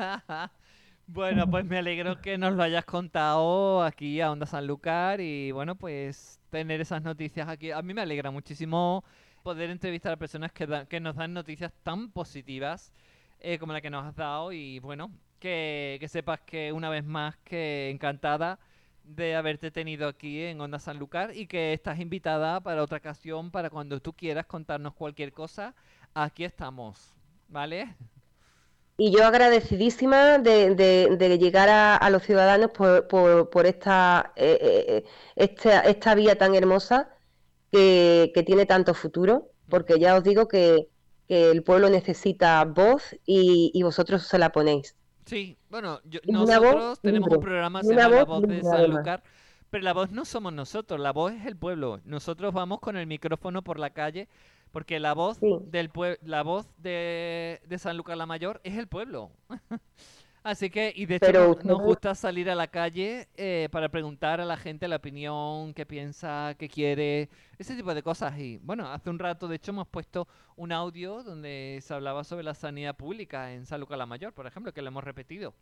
Bueno, pues me alegro que nos lo hayas contado aquí a Onda Sanlúcar y bueno, pues tener esas noticias aquí. A mí me alegra muchísimo poder entrevistar a personas que, da- que nos dan noticias tan positivas eh, como la que nos has dado y bueno, que, que sepas que una vez más que encantada de haberte tenido aquí en Onda Sanlúcar y que estás invitada para otra ocasión, para cuando tú quieras contarnos cualquier cosa, aquí estamos, ¿vale? Y yo agradecidísima de, de- de llegar a, a los ciudadanos por, por- por esta, eh, eh, eh, esta, esta vía tan hermosa que, que tiene tanto futuro, porque ya os digo que, que el pueblo necesita voz y, y vosotros se la ponéis. Sí, bueno, yo- Y una voz nosotros tenemos un libre, programa que y se una llama La voz Voz de libre además. Sanlúcar, pero la voz no somos nosotros, la voz es el pueblo. Nosotros vamos con el micrófono por la calle, porque la voz Sí, del pue- la voz de, de Sanlúcar la Mayor es el pueblo. Así que, y de hecho pero no- nos ustedes, gusta salir a la calle eh, para preguntar a la gente la opinión, qué piensa, qué quiere, ese tipo de cosas. Y bueno, hace un rato de hecho hemos puesto un audio donde se hablaba sobre la sanidad pública en Sanlúcar la Mayor, por ejemplo, que lo hemos repetido.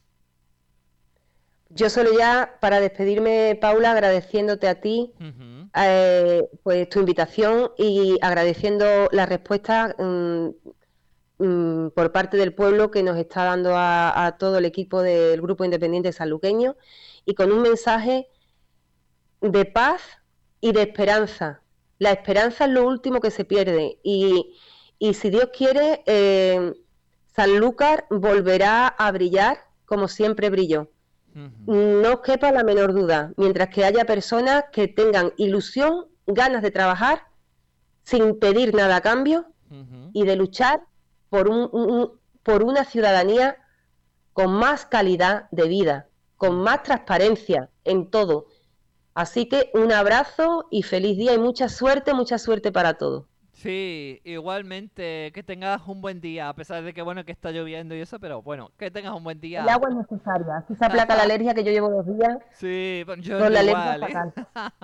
yo solo ya para despedirme, Paula, agradeciéndote a ti Ujú, eh, pues tu invitación y agradeciendo la respuesta mm, mm, por parte del pueblo que nos está dando a, a todo el equipo del Grupo Independiente Sanluqueño y con un mensaje de paz y de esperanza. La esperanza es lo último que se pierde y, y si Dios quiere, eh, Sanlúcar volverá a brillar como siempre brilló. ujú, No os quepa la menor duda, mientras que haya personas que tengan ilusión, ganas de trabajar sin pedir nada a cambio ujú. y de luchar por, un, un, por una ciudadanía con más calidad de vida, con Ujú. más transparencia en todo. Así que un abrazo y feliz día y mucha suerte, mucha suerte para todos. Sí, igualmente, que tengas un buen día, a pesar de que bueno que está lloviendo y eso, pero bueno, que tengas un buen El día. agua es necesaria, así se aplaca la alergia que yo llevo dos días Sí, bueno, yo con ando la alergia igual, ¿eh? fatal.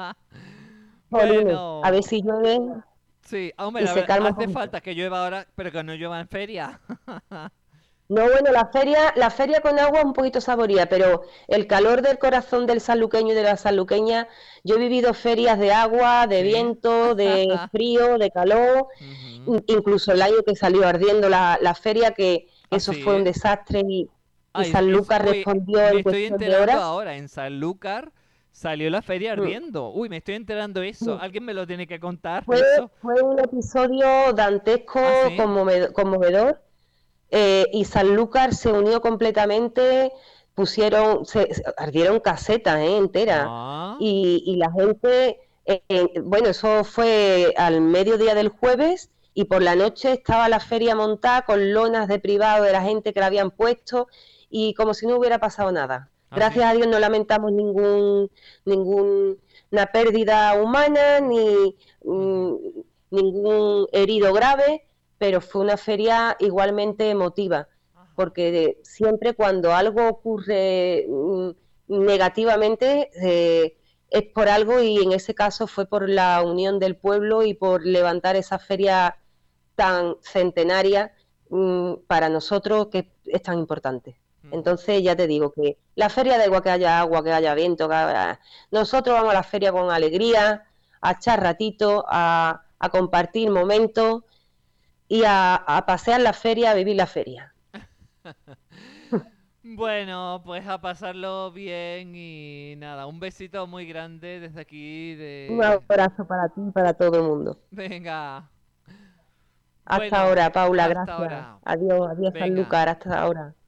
Jolines, a ver Bueno, si llueve sí, hombre, y a se ver, calma un hace poquito. falta que llueva ahora, pero que no llueva en feria. No, bueno, la feria, la feria con agua un poquito saboría, pero el calor del corazón del sanluqueño y de la sanluqueña, yo he vivido ferias de agua, de ¿Sí? viento, de frío, de calor, Ujú. in- incluso el año que salió ardiendo la, la feria, que eso Así, fue un ¿eh? desastre y, y Ay, es, Sanlúcar uy, respondió me en estoy cuestión de enterando horas. ahora, en Sanlúcar salió la feria Mm, ardiendo. Uy, me estoy enterando eso. mm. ¿Alguien me lo tiene que contar Fue, eso? fue un episodio dantesco, Ah, sí. conmovedor, conmovedor eh, y Sanlúcar se unió completamente, pusieron, se, se- ardieron casetas eh, enteras Ah. y, y la gente, eh, eh, bueno, eso fue al mediodía del jueves y por la noche estaba la feria montada con lonas de privado de la gente que la habían puesto y como si no hubiera pasado nada. Ah, sí. Gracias a Dios no lamentamos ningún, ninguna pérdida humana ni Ujú. mm, ningún herido grave, pero fue una feria igualmente emotiva, Ajá. porque siempre cuando algo ocurre mm, negativamente eh, es por algo y en ese caso fue por la unión del pueblo y por levantar esa feria tan centenaria mm, para nosotros que es tan importante. Ujú. Entonces ya te digo que la feria da igual que haya agua, que haya viento, que haya... nosotros vamos a la feria con alegría, a echar ratito, a, a compartir momentos y a, a pasear la feria, a vivir la feria. Bueno, pues a pasarlo bien y nada, un besito muy grande desde aquí Un de... abrazo para ti y para todo el mundo. Venga. Hasta Bueno, ahora, Paula, hasta gracias. ahora. Adiós, adiós, Venga. Sanlúcar, hasta ahora.